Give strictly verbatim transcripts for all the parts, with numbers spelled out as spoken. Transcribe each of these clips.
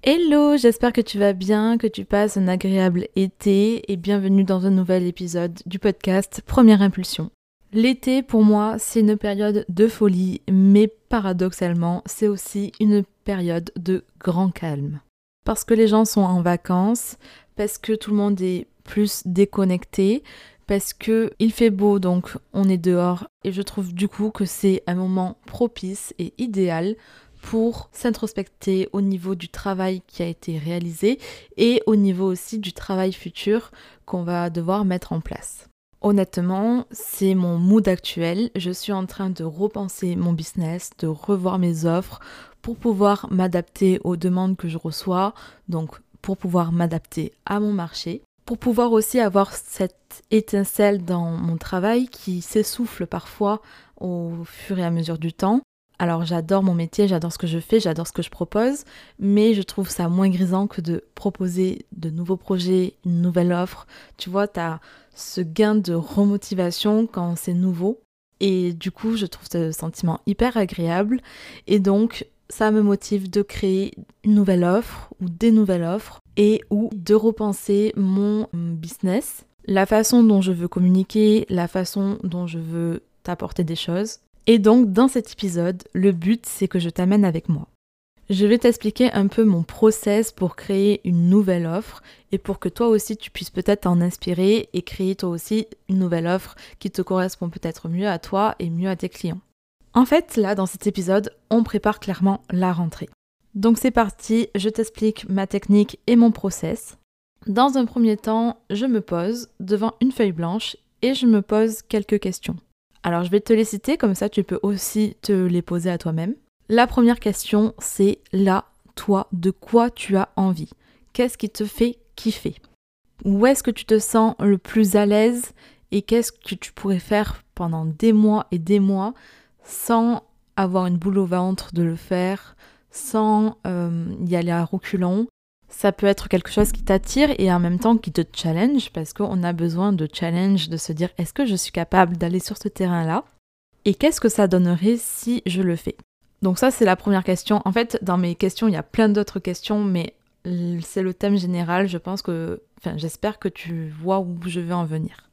Hello, j'espère que tu vas bien, que tu passes un agréable été et bienvenue dans un nouvel épisode du podcast Première Impulsion. L'été, pour moi, c'est une période de folie, mais paradoxalement, c'est aussi une période de grand calme. Parce que les gens sont en vacances, parce que tout le monde est plus déconnecté, parce que il fait beau, donc on est dehors, et je trouve du coup que c'est un moment propice et idéal pour s'introspecter au niveau du travail qui a été réalisé et au niveau aussi du travail futur qu'on va devoir mettre en place. Honnêtement, c'est mon mood actuel. Je suis en train de repenser mon business, de revoir mes offres pour pouvoir m'adapter aux demandes que je reçois, donc pour pouvoir m'adapter à mon marché, pour pouvoir aussi avoir cette étincelle dans mon travail qui s'essouffle parfois au fur et à mesure du temps. Alors j'adore mon métier, j'adore ce que je fais, j'adore ce que je propose, mais je trouve ça moins grisant que de proposer de nouveaux projets, une nouvelle offre. Tu vois, tu as ce gain de remotivation quand c'est nouveau. Et du coup, je trouve ce sentiment hyper agréable. Et donc, ça me motive de créer une nouvelle offre ou des nouvelles offres et ou de repenser mon business, la façon dont je veux communiquer, la façon dont je veux t'apporter des choses. Et donc, dans cet épisode, le but, c'est que je t'amène avec moi. Je vais t'expliquer un peu mon process pour créer une nouvelle offre et pour que toi aussi, tu puisses peut-être t'en inspirer et créer toi aussi une nouvelle offre qui te correspond peut-être mieux à toi et mieux à tes clients. En fait, là, dans cet épisode, on prépare clairement la rentrée. Donc c'est parti, je t'explique ma technique et mon process. Dans un premier temps, je me pose devant une feuille blanche et je me pose quelques questions. Alors je vais te les citer, comme ça tu peux aussi te les poser à toi-même. La première question, c'est là, toi, de quoi tu as envie? Qu'est-ce qui te fait kiffer? Où est-ce que tu te sens le plus à l'aise et qu'est-ce que tu pourrais faire pendant des mois et des mois sans avoir une boule au ventre de le faire, sans euh, y aller à reculons? Ça peut être quelque chose qui t'attire et en même temps qui te challenge parce qu'on a besoin de challenge, de se dire est-ce que je suis capable d'aller sur ce terrain-là et qu'est-ce que ça donnerait si je le fais? Donc ça c'est la première question. En fait dans mes questions il y a plein d'autres questions mais c'est le thème général. Je pense que, enfin j'espère que tu vois où je vais en venir.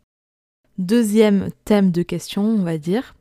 Deuxième thème de question on va dire,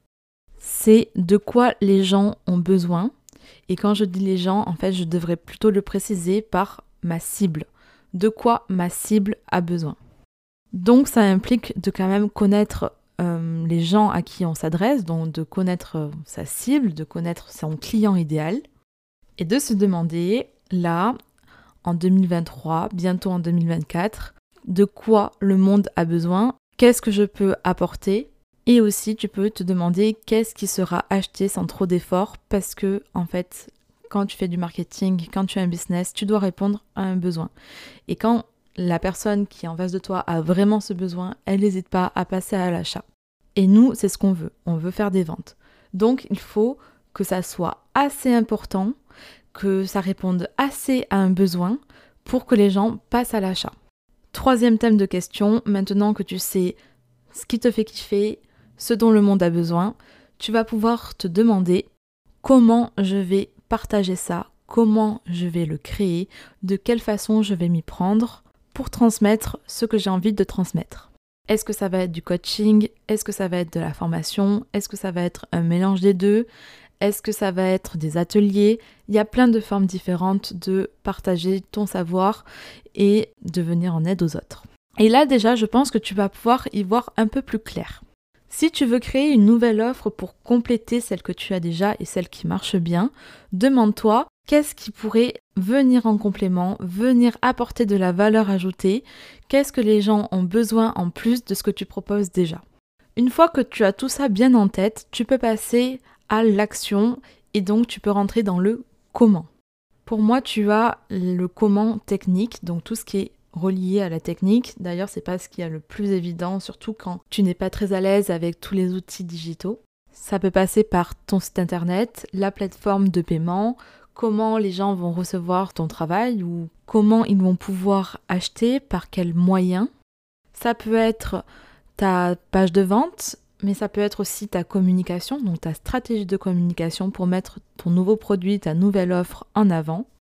c'est de quoi les gens ont besoin. Et quand je dis les gens, en fait je devrais plutôt le préciser par ma cible, de quoi ma cible a besoin. Donc ça implique de quand même connaître euh, les gens à qui on s'adresse, donc de connaître euh, sa cible, de connaître son client idéal, et de se demander, là, en deux mille vingt-trois, bientôt en deux mille vingt-quatre, de quoi le monde a besoin, qu'est-ce que je peux apporter, et aussi tu peux te demander qu'est-ce qui sera acheté sans trop d'efforts, parce que en fait, quand tu fais du marketing, quand tu as un business, tu dois répondre à un besoin. Et quand la personne qui est en face de toi a vraiment ce besoin, elle n'hésite pas à passer à l'achat. Et nous, c'est ce qu'on veut. On veut faire des ventes. Donc, il faut que ça soit assez important, que ça réponde assez à un besoin pour que les gens passent à l'achat. Troisième thème de question, maintenant que tu sais ce qui te fait kiffer, ce dont le monde a besoin, tu vas pouvoir te demander comment je vais partager ça, comment je vais le créer, de quelle façon je vais m'y prendre pour transmettre ce que j'ai envie de transmettre. Est-ce que ça va être du coaching? Est-ce que ça va être de la formation? Est-ce que ça va être un mélange des deux? Est-ce que ça va être des ateliers? Il y a plein de formes différentes de partager ton savoir et de venir en aide aux autres. Et là déjà, je pense que tu vas pouvoir y voir un peu plus clair. Si tu veux créer une nouvelle offre pour compléter celle que tu as déjà et celle qui marche bien, demande-toi qu'est-ce qui pourrait venir en complément, venir apporter de la valeur ajoutée, qu'est-ce que les gens ont besoin en plus de ce que tu proposes déjà. Une fois que tu as tout ça bien en tête, tu peux passer à l'action et donc tu peux rentrer dans le comment. Pour moi, tu as le comment technique, donc tout ce qui est relié à la technique. D'ailleurs, c'est pas ce qui est le plus évident, surtout quand tu n'es pas très à l'aise avec tous les outils digitaux. Ça peut passer par ton site internet, la plateforme de paiement, comment les gens vont recevoir ton travail ou comment ils vont pouvoir acheter, par quels moyens. Ça peut être ta page de vente, mais ça peut être aussi ta communication, donc ta stratégie de communication pour mettre ton nouveau produit, ta nouvelle offre en avant.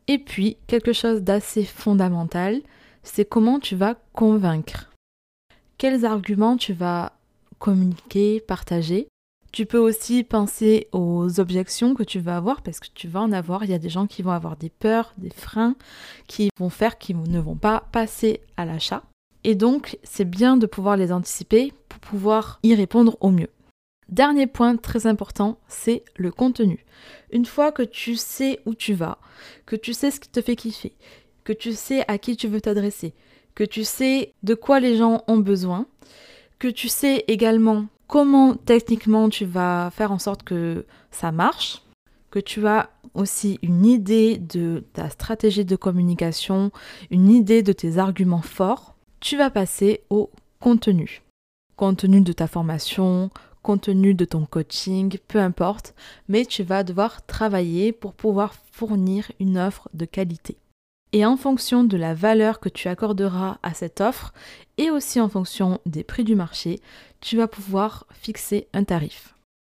Et puis, quelque chose d'assez fondamental, c'est comment tu vas convaincre. Quels arguments tu vas communiquer, partager. Tu peux aussi penser aux objections que tu vas avoir, parce que tu vas en avoir. Il y a des gens qui vont avoir des peurs, des freins, qui vont faire qu'ils ne vont pas passer à l'achat. Et donc, c'est bien de pouvoir les anticiper pour pouvoir y répondre au mieux. Dernier point très important, c'est le contenu. Une fois que tu sais où tu vas, que tu sais ce qui te fait kiffer, que tu sais à qui tu veux t'adresser, que tu sais de quoi les gens ont besoin, que tu sais également comment techniquement tu vas faire en sorte que ça marche, que tu as aussi une idée de ta stratégie de communication, une idée de tes arguments forts, tu vas passer au contenu. Contenu de ta formation, contenu de ton coaching, peu importe, mais tu vas devoir travailler pour pouvoir fournir une offre de qualité. Et en fonction de la valeur que tu accorderas à cette offre et aussi en fonction des prix du marché, tu vas pouvoir fixer un tarif.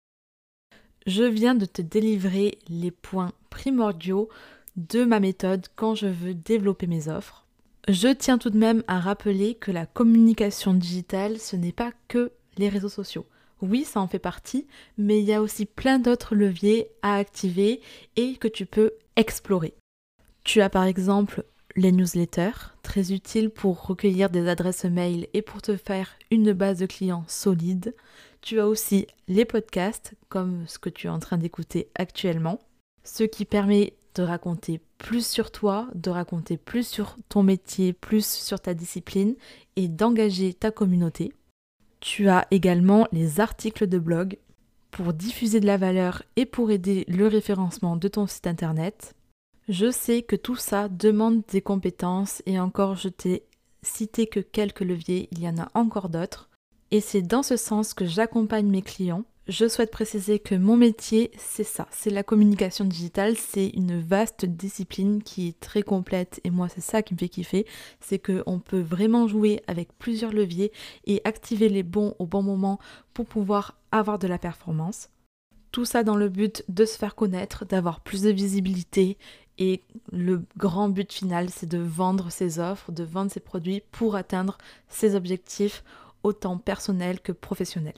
Je viens de te délivrer les points primordiaux de ma méthode quand je veux développer mes offres. Je tiens tout de même à rappeler que la communication digitale, ce n'est pas que les réseaux sociaux. Oui, ça en fait partie, mais il y a aussi plein d'autres leviers à activer et que tu peux explorer. Tu as par exemple les newsletters, très utiles pour recueillir des adresses mail et pour te faire une base de clients solide. Tu as aussi les podcasts, comme ce que tu es en train d'écouter actuellement, ce qui permet de raconter plus sur toi, de raconter plus sur ton métier, plus sur ta discipline et d'engager ta communauté. Tu as également les articles de blog pour diffuser de la valeur et pour aider le référencement de ton site internet. Je sais que tout ça demande des compétences et encore je t'ai cité que quelques leviers, il y en a encore d'autres. Et c'est dans ce sens que j'accompagne mes clients. Je souhaite préciser que mon métier, c'est ça, c'est la communication digitale, c'est une vaste discipline qui est très complète et moi c'est ça qui me fait kiffer, c'est qu'on peut vraiment jouer avec plusieurs leviers et activer les bons au bon moment pour pouvoir avoir de la performance. Tout ça dans le but de se faire connaître, d'avoir plus de visibilité et le grand but final c'est de vendre ses offres, de vendre ses produits pour atteindre ses objectifs autant personnels que professionnels.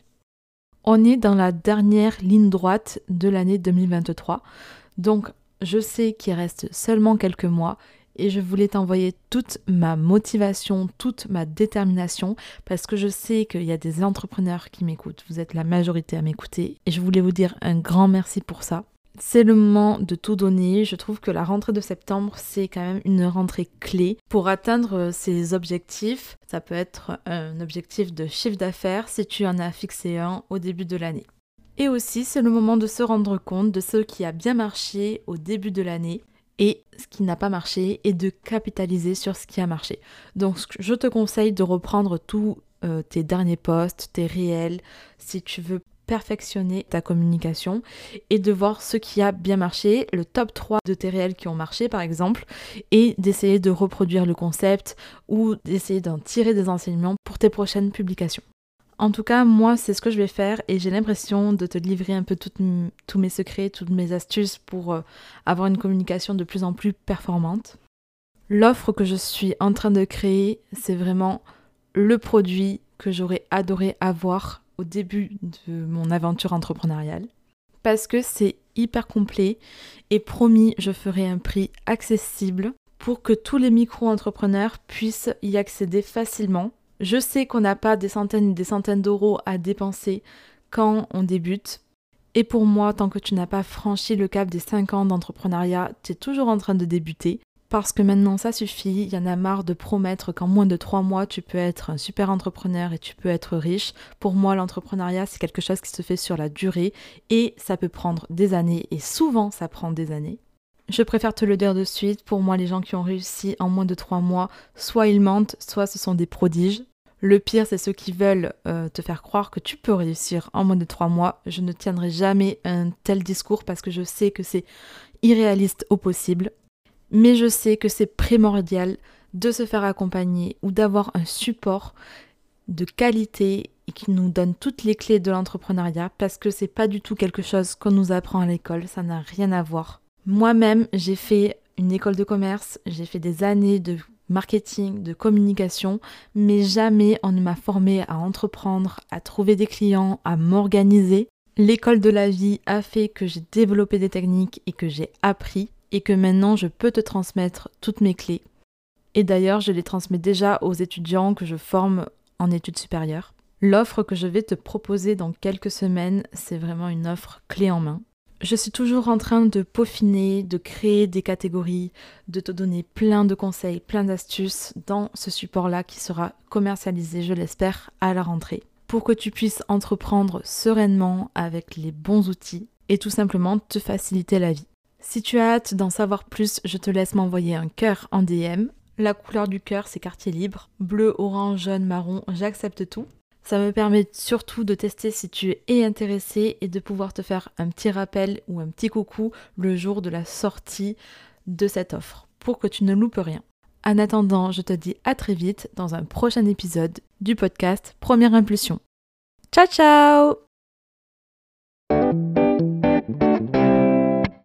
On est dans la dernière ligne droite de l'année deux mille vingt-trois, donc je sais qu'il reste seulement quelques mois et je voulais t'envoyer toute ma motivation, toute ma détermination parce que je sais qu'il y a des entrepreneurs qui m'écoutent, vous êtes la majorité à m'écouter et je voulais vous dire un grand merci pour ça. C'est le moment de tout donner. Je trouve que la rentrée de septembre, c'est quand même une rentrée clé pour atteindre ses objectifs. Ça peut être un objectif de chiffre d'affaires si tu en as fixé un au début de l'année. Et aussi, c'est le moment de se rendre compte de ce qui a bien marché au début de l'année et ce qui n'a pas marché et de capitaliser sur ce qui a marché. Donc, je te conseille de reprendre tous euh, tes derniers posts, tes réels, si tu veux perfectionner ta communication et de voir ce qui a bien marché, le top trois de tes réels qui ont marché par exemple, et d'essayer de reproduire le concept ou d'essayer d'en tirer des enseignements pour tes prochaines publications. En tout cas, moi, c'est ce que je vais faire et j'ai l'impression de te livrer un peu toutes m- tous mes secrets, toutes mes astuces pour euh, avoir une communication de plus en plus performante. L'offre que je suis en train de créer, c'est vraiment le produit que j'aurais adoré avoir au début de mon aventure entrepreneuriale parce que c'est hyper complet et promis, je ferai un prix accessible pour que tous les micro-entrepreneurs puissent y accéder facilement. Je sais qu'on n'a pas des centaines et des centaines d'euros à dépenser quand on débute. Et pour moi, tant que tu n'as pas franchi le cap des cinq ans d'entrepreneuriat, tu es toujours en train de débuter. Parce que maintenant ça suffit, il y en a marre de promettre qu'en moins de trois mois tu peux être un super entrepreneur et tu peux être riche. Pour moi l'entrepreneuriat c'est quelque chose qui se fait sur la durée et ça peut prendre des années et souvent ça prend des années. Je préfère te le dire de suite, pour moi les gens qui ont réussi en moins de trois mois, soit ils mentent, soit ce sont des prodiges. Le pire c'est ceux qui veulent euh, te faire croire que tu peux réussir en moins de trois mois. Je ne tiendrai jamais un tel discours parce que je sais que c'est irréaliste au possible. Mais je sais que c'est primordial de se faire accompagner ou d'avoir un support de qualité et qui nous donne toutes les clés de l'entrepreneuriat parce que c'est pas du tout quelque chose qu'on nous apprend à l'école, ça n'a rien à voir. Moi-même, j'ai fait une école de commerce, j'ai fait des années de marketing, de communication, mais jamais on ne m'a formée à entreprendre, à trouver des clients, à m'organiser. L'école de la vie a fait que j'ai développé des techniques et que j'ai appris et que maintenant je peux te transmettre toutes mes clés. Et d'ailleurs, je les transmets déjà aux étudiants que je forme en études supérieures. L'offre que je vais te proposer dans quelques semaines, c'est vraiment une offre clé en main. Je suis toujours en train de peaufiner, de créer des catégories, de te donner plein de conseils, plein d'astuces dans ce support-là qui sera commercialisé, je l'espère, à la rentrée, pour que tu puisses entreprendre sereinement avec les bons outils et tout simplement te faciliter la vie. Si tu as hâte d'en savoir plus, je te laisse m'envoyer un cœur en D M. La couleur du cœur, c'est quartier libre. Bleu, orange, jaune, marron, j'accepte tout. Ça me permet surtout de tester si tu es intéressé et de pouvoir te faire un petit rappel ou un petit coucou le jour de la sortie de cette offre pour que tu ne loupes rien. En attendant, je te dis à très vite dans un prochain épisode du podcast Première Impulsion. Ciao ciao!